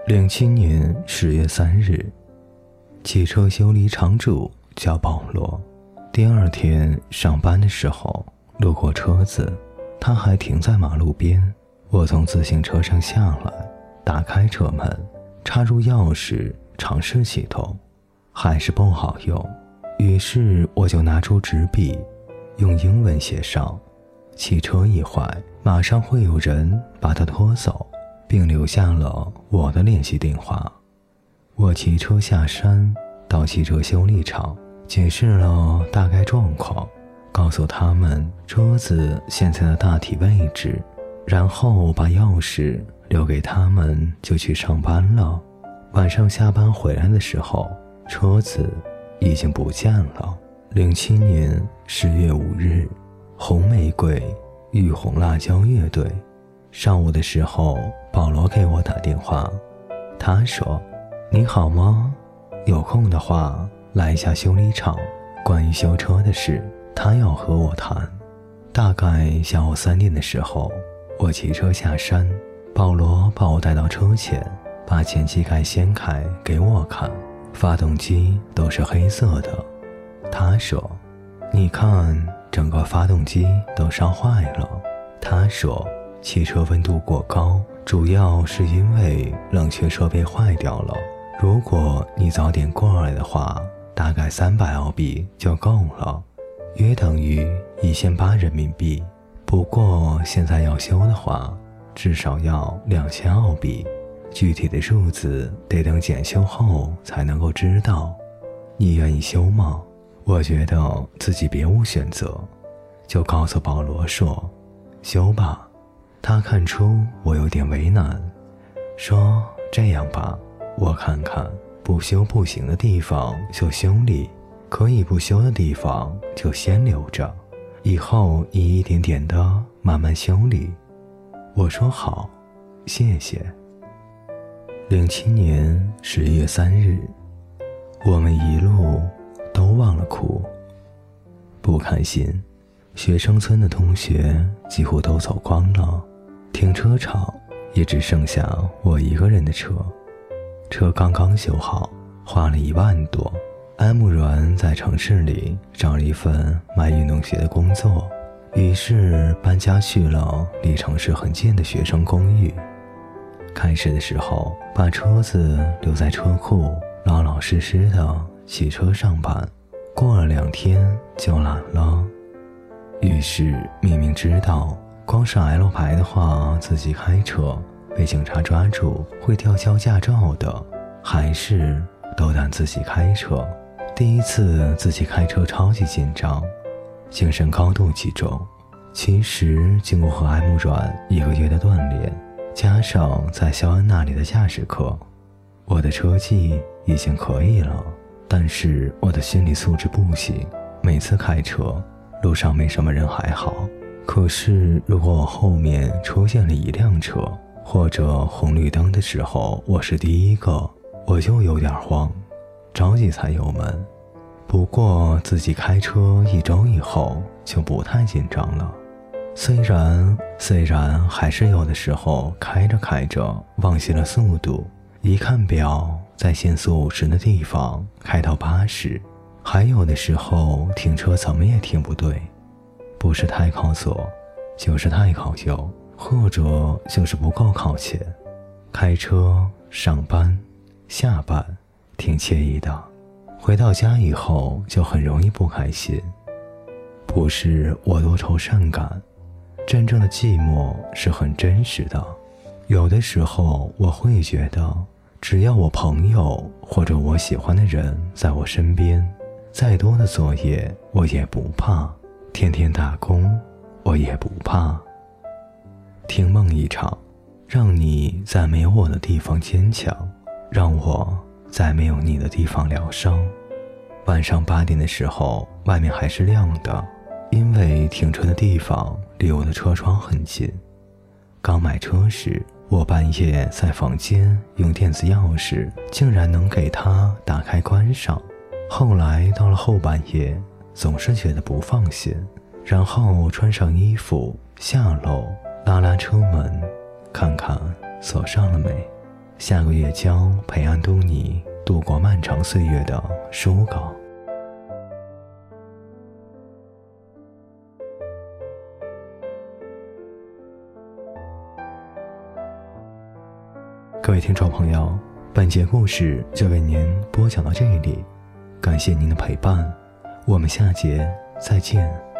2007年10月3日，汽车修理厂主叫保罗。第二天上班的时候，路过车子，他还停在马路边。我从自行车上下来，打开车门，插入钥匙，尝试启动，还是不好用。于是我就拿出纸笔，用英文写上：汽车一坏，马上会有人把它拖走，并留下了我的联系电话。我骑车下山，到汽车修理厂，解释了大概状况，告诉他们车子现在的大体位置，然后把钥匙留给他们，就去上班了。晚上下班回来的时候，车子已经不见了。2007年10月5日，红玫瑰与红辣椒乐队。上午的时候，保罗给我打电话，他说：你好吗？有空的话来一下修理厂，关于修车的事，他要和我谈。大概下午3点的时候，我骑车下山，保罗把我带到车前，把前机盖掀开给我看，发动机都是黑色的。他说：你看，整个发动机都烧坏了。他说汽车温度过高，主要是因为冷却设备坏掉了，如果你早点过来的话，大概300澳币就够了，约等于1800人民币。不过现在要修的话，至少要2000澳币，具体的数字得等检修后才能够知道。你愿意修吗？我觉得自己别无选择，就告诉保罗说：修吧。他看出我有点为难，说：这样吧，我看看不修不行的地方就修理，可以不修的地方就先留着，以后一点点的慢慢修理。我说好，谢谢。2007年10月3日，我们一路都忘了哭，不开心。学生村的同学几乎都走光了，停车场也只剩下我一个人的车。车刚刚修好，花了1万多。安慕软在城市里找了一份卖运动鞋的工作，于是搬家去了离城市很近的学生公寓。开始的时候把车子留在车库，老老实实的骑车上班，过了2天就懒了。于是明明知道光是 L 牌的话自己开车被警察抓住会吊销驾照的，还是斗胆自己开车。第一次自己开车超级紧张，精神高度集中。其实经过和安慕软1个月的锻炼，加上在肖恩那里的驾驶课，我的车技已经可以了，但是我的心理素质不行。每次开车路上没什么人还好，可是如果我后面出现了一辆车，或者红绿灯的时候我是第一个，我就有点慌，着急踩油门。不过自己开车1周以后就不太紧张了，虽然还是有的时候开着开着忘记了速度，一看表在限速50的地方开到80，还有的时候停车怎么也停不对，不是太靠左就是太靠右，或者就是不够靠前。开车上班下班挺惬意的，回到家以后就很容易不开心。不是我多愁善感，真正的寂寞是很真实的。有的时候我会觉得，只要我朋友或者我喜欢的人在我身边，再多的作业我也不怕，天天打工我也不怕。听梦一场，让你在没有我的地方坚强，让我在没有你的地方疗伤。晚上8点的时候，外面还是亮的，因为停车的地方离我的车窗很近。刚买车时，我半夜在房间用电子钥匙，竟然能给它打开关上。后来到了后半夜，总是觉得不放心，然后穿上衣服下楼，拉拉车门，看看锁上了没。 下个月交陪安东尼度过漫长岁月的书稿。各位听众朋友，本节故事就为您播讲到这里，感谢您的陪伴，我们下节再见。